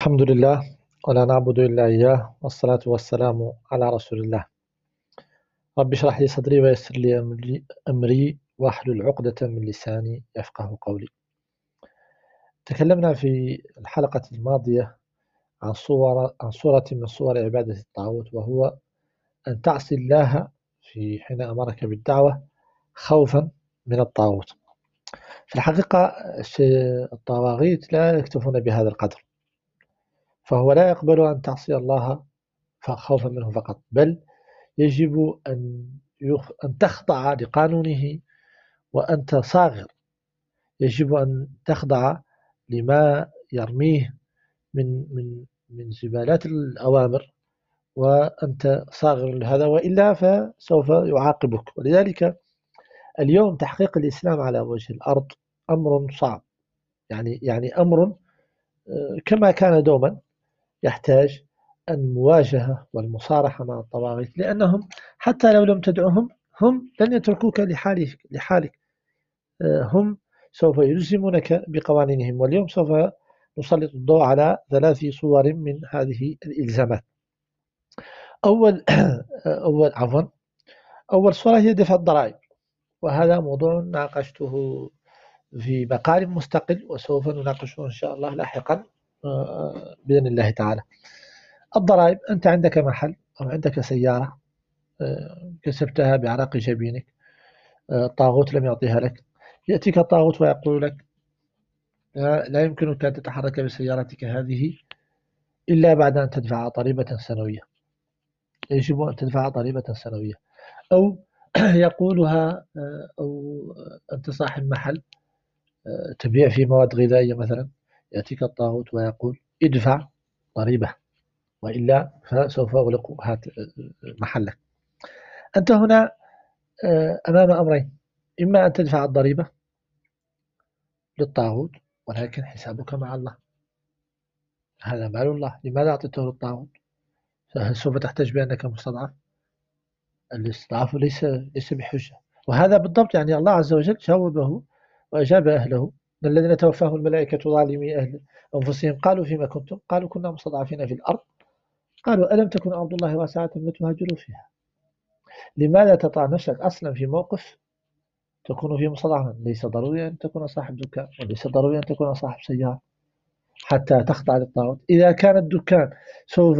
الحمد لله ولا نعبد إلا إياه والصلاة والسلام على رسول الله. رب اشرح لي صدري ويسر لي أمري واحلل عقدة من لساني يفقه قولي. تكلمنا في الحلقة الماضية عن صورة من صور عبادة الطاغوت، وهو أن تعصي الله في حين أمرك بالدعوة خوفا من الطاغوت. في الحقيقة الطواغيت لا يكتفون بهذا القدر، فهو لا يقبل أن تعصي الله خوفا منه فقط، بل يجب أن تخضع لقانونه وأنت صاغر. يجب أن تخضع لما يرميه من زبالات الأوامر، وأنت صاغر لهذا، وإلا فسوف يعاقبك. ولذلك اليوم تحقيق الإسلام على وجه الأرض أمر صعب، يعني أمر كما كان دوما يحتاج المواجهة والمصارحة مع الطواغيت، لأنهم حتى لو لم تدعهم هم لن يتركوك لحالك. هم سوف يلزمونك بقوانينهم. واليوم سوف نسلط الضوء على 3 صور من هذه الإلزامات. أول أول صورة هي دفع الضرائب، وهذا موضوع ناقشته في مقال مستقل، وسوف نناقشه إن شاء الله لاحقا بإذن الله تعالى. الضرائب، أنت عندك محل أو عندك سيارة كسبتها بعرق جبينك، الطاغوت لم يعطيها لك، يأتيك الطاغوت ويقول لك لا يمكنك أن تتحرك بسيارتك هذه إلا بعد أن تدفع ضريبة سنوية. يجب أن تدفع ضريبة سنوية. أو يقولها أو أنت صاحب محل تبيع في مواد غذائية مثلا، يأتيك الطاغوت ويقول ادفع ضريبة وإلا فسوف أغلق محلك. أنت هنا أمام أمرين: إما أن تدفع الضريبة للطاغوت ولكن حسابك مع الله، هذا مال الله، لماذا أعطيته للطاغوت؟ فهل سوف تحتج بأنك مستضعف؟ الاستضعاف ليس بحجة. وهذا بالضبط يعني الله عز وجل جاوبه وأجاب أهله: الذين توفاهم الملائكة ظالمي أنفسهم قالوا فيما كنتم؟ قالوا كنا مستضعفين في الأرض. قالوا ألم تكن أرض الله واسعة فتهاجروا فيها. لماذا تضع نفسك أصلا في موقف تكون فيه مستضعفا؟ ليس ضروري أن تكون صاحب دكان، وليس ضروري أن تكون صاحب سيارة حتى تخضع للطاغوت. إذا كان الدكان سوف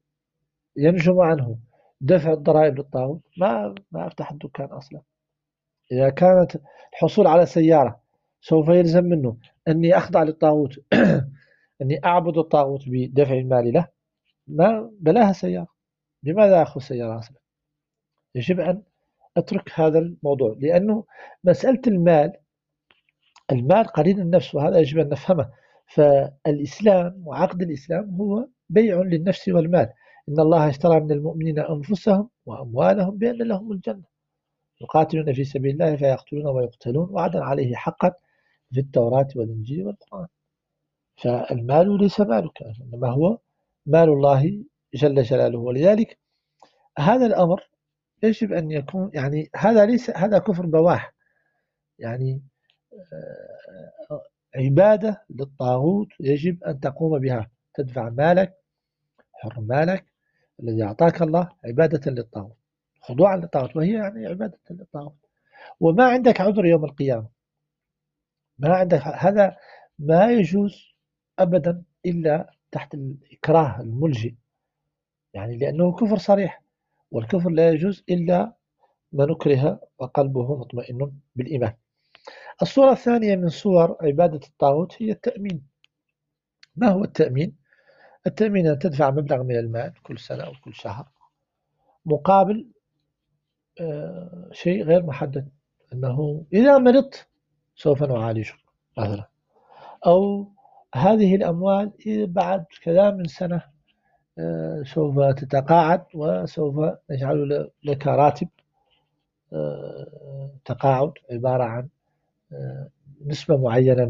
ينجم عنه دفع الضرائب للطاغوت ما أفتح الدكان أصلا. إذا كانت الحصول على سيارة سوف يلزم منه أني أخضع للطاغوت أني أعبد الطاغوت بدفع المال له، ما بلاها سيارة. لماذا أخذ سيارة أصلا؟ يجب أن أترك هذا الموضوع، لأنه مسألة المال قليل النفس، وهذا يجب أن نفهمه. فالإسلام وعقد الإسلام هو بيع للنفس والمال. إن الله اشترى من المؤمنين أنفسهم وأموالهم بأن لهم الجنة، يقاتلون في سبيل الله فيقتلون ويقتلون وعدا عليه حقا في التوراة والإنجيل والقرآن. فالمال ليس مالك، إنما هو مال الله جل جلاله. ولذلك هذا الأمر يجب أن يكون، يعني هذا كفر بواح. يعني عبادة للطاغوت يجب أن تقوم بها، تدفع مالك، حر مالك الذي أعطاك الله عبادة للطاغوت، خضوعا للطاغوت، وهي يعني عبادة للطاغوت. وما عندك عذر يوم القيامة، ما عندك هذا، ما يجوز أبدا إلا تحت الإكراه الملجئ، يعني لأنه كفر صريح، والكفر لا يجوز إلا ما نكره وقلبه مطمئن بالإيمان. الصورة الثانية من صور عبادة الطاغوت هي التأمين. ما هو التأمين؟ التأمين أن تدفع مبلغ من المال كل سنة أو كل شهر مقابل شيء غير محدد، أنه إذا مرضت سوف نعالجك مثلا، أو هذه الأموال بعد كذا من سنة سوف تتقاعد وسوف نجعل لك راتب تقاعد عبارة عن نسبة معينة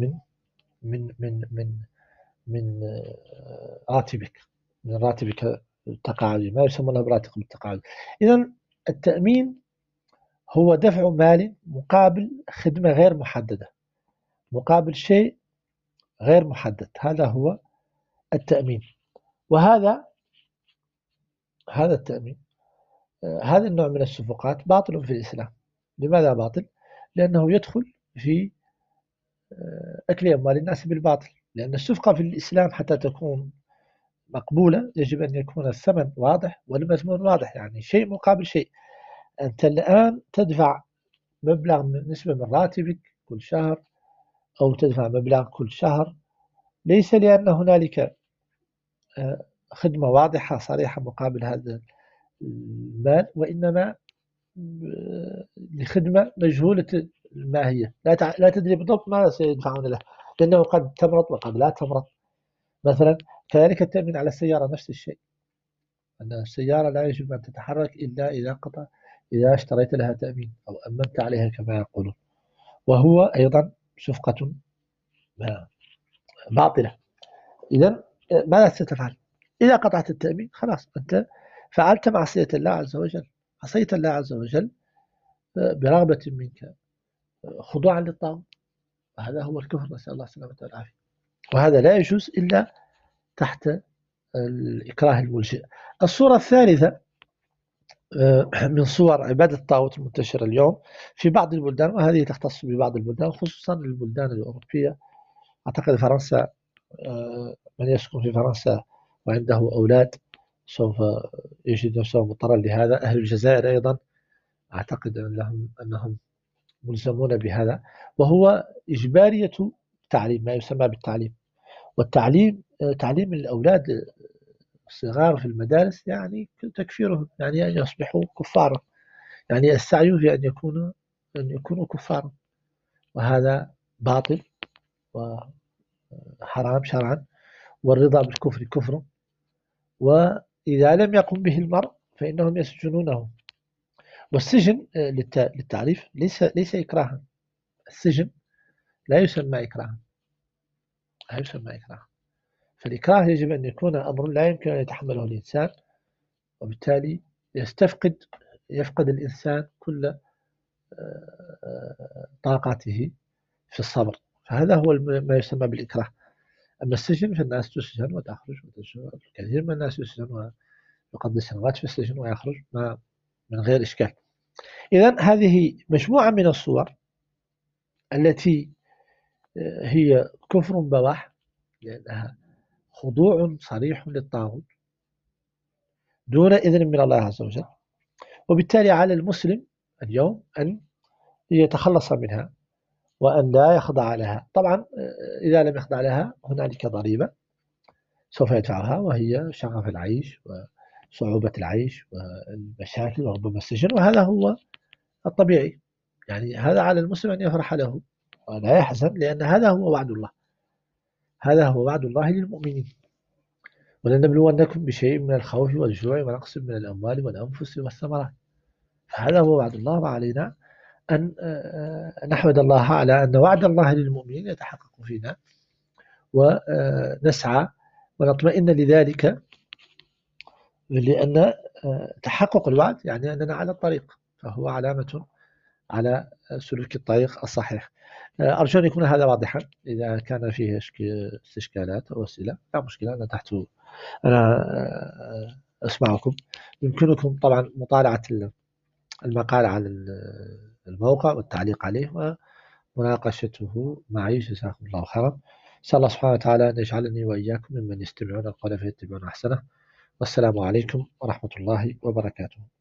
من راتبك، من راتبك التقاعدي، ما يسمونه براتب التقاعد. إذا التأمين هو دفع مال مقابل خدمة غير محددة، مقابل شيء غير محدد. هذا هو التأمين. وهذا التأمين، هذا النوع من الصفقات باطل في الإسلام. لماذا باطل؟ لأنه يدخل في أكل أموال الناس بالباطل. لأن الصفقة في الإسلام حتى تكون مقبولة يجب أن يكون الثمن واضح والمضمون واضح، يعني شيء مقابل شيء. أنت الآن تدفع مبلغ نسبة من راتبك كل شهر، أو تدفع مبلغ كل شهر، ليس لأن هنالك خدمة واضحة صريحة مقابل هذا المال، وإنما لخدمة مجهولة الماهية، لا تدري بالضبط ماذا سيدفعون له، لأنه قد تمرض وقد لا تمرض مثلا. كذلك التأمين على السيارة نفس الشيء، أن السيارة لا يجب أن تتحرك إلا إذا اشتريت لها تأمين أو أمنت عليها كما يقولون، وهو أيضا صفقة باطلة. إذا ماذا ستفعل؟ إذا قطعت التأمين خلاص أنت فعلت معصية الله عز وجل، عصيت الله عز وجل برغبة منك، خضوعا للطاغوت. هذا هو الكفر، نسأل الله السلامة والعافية. وهذا لا يجوز إلا تحت الإكراه الملجئ. الصورة الثالثة من صور عبادة الطاغوت المنتشرة اليوم في بعض البلدان، وهذه تختص ببعض البلدان خصوصا البلدان الأوروبية. أعتقد فرنسا، من يسكن في فرنسا وعنده أولاد سوف يجد نفسه مضطرا لهذا. أهل الجزائر أيضا أعتقد أنهم ملزمون بهذا، وهو إجبارية تعليم، ما يسمى بالتعليم. والتعليم تعليم الأولاد الصغار في المدارس يعني تكفيرهم، يعني أن يصبحوا كفارا، يعني السعي في أن يكونوا كفارا، وهذا باطل وحرام شرعا. والرضا بالكفر كفر، وإذا لم يقم به المرء فإنهم يسجنونه. والسجن للتعريف ليس إكراها. السجن لا يسمى إكراها، لا يسمى إكراها. فالإكراه يجب أن يكون أمر لا يمكن أن يتحمله الإنسان، وبالتالي يفقد الإنسان كل طاقته في الصبر. فهذا هو ما يسمى بالإكراه. أما السجن فالناس تسجن وتخرج وتسجن، كثير من الناس يسجن ويقضي سنوات في السجن ويخرج من غير إشكال. إذن هذه مجموعة من الصور التي هي كفر بواح، لأنها خضوع صريح للطاغوت دون إذن من الله عز وجل. وبالتالي على المسلم اليوم أن يتخلص منها وأن لا يخضع لها. طبعا إذا لم يخضع لها هنالك ضريبة سوف يدفعها، وهي شغف العيش وصعوبة العيش والمشاكل وربما السجن، وهذا هو الطبيعي. يعني هذا على المسلم أن يفرح له ولا يحزن، لأن هذا هو وعد الله، هذا هو وعد الله للمؤمنين. ولنبلونكم بشيء من الخوف والجوع ونقص من الأموال والأنفس والثمرات. فهذا هو وعد الله، وعلينا أن نحمد الله على أن وعد الله للمؤمنين يتحقق فينا، ونسعى ونطمئن لذلك، لأن تحقق الوعد يعني أننا على الطريق، فهو علامة على سلوك الطريق الصحيح. أرجو أن يكون هذا واضحا. إذا كان فيه استشكالات أو أسئلة لا مشكلة، أنا أسمعكم. يمكنكم طبعا مطالعة المقال على الموقع والتعليق عليه ومناقشته معي. جزاكم الله خيرا. أسأل الله سبحانه وتعالى أن يجعلني وإياكم ممن يستمعون القول فيتبعون أحسنه. والسلام عليكم ورحمة الله وبركاته.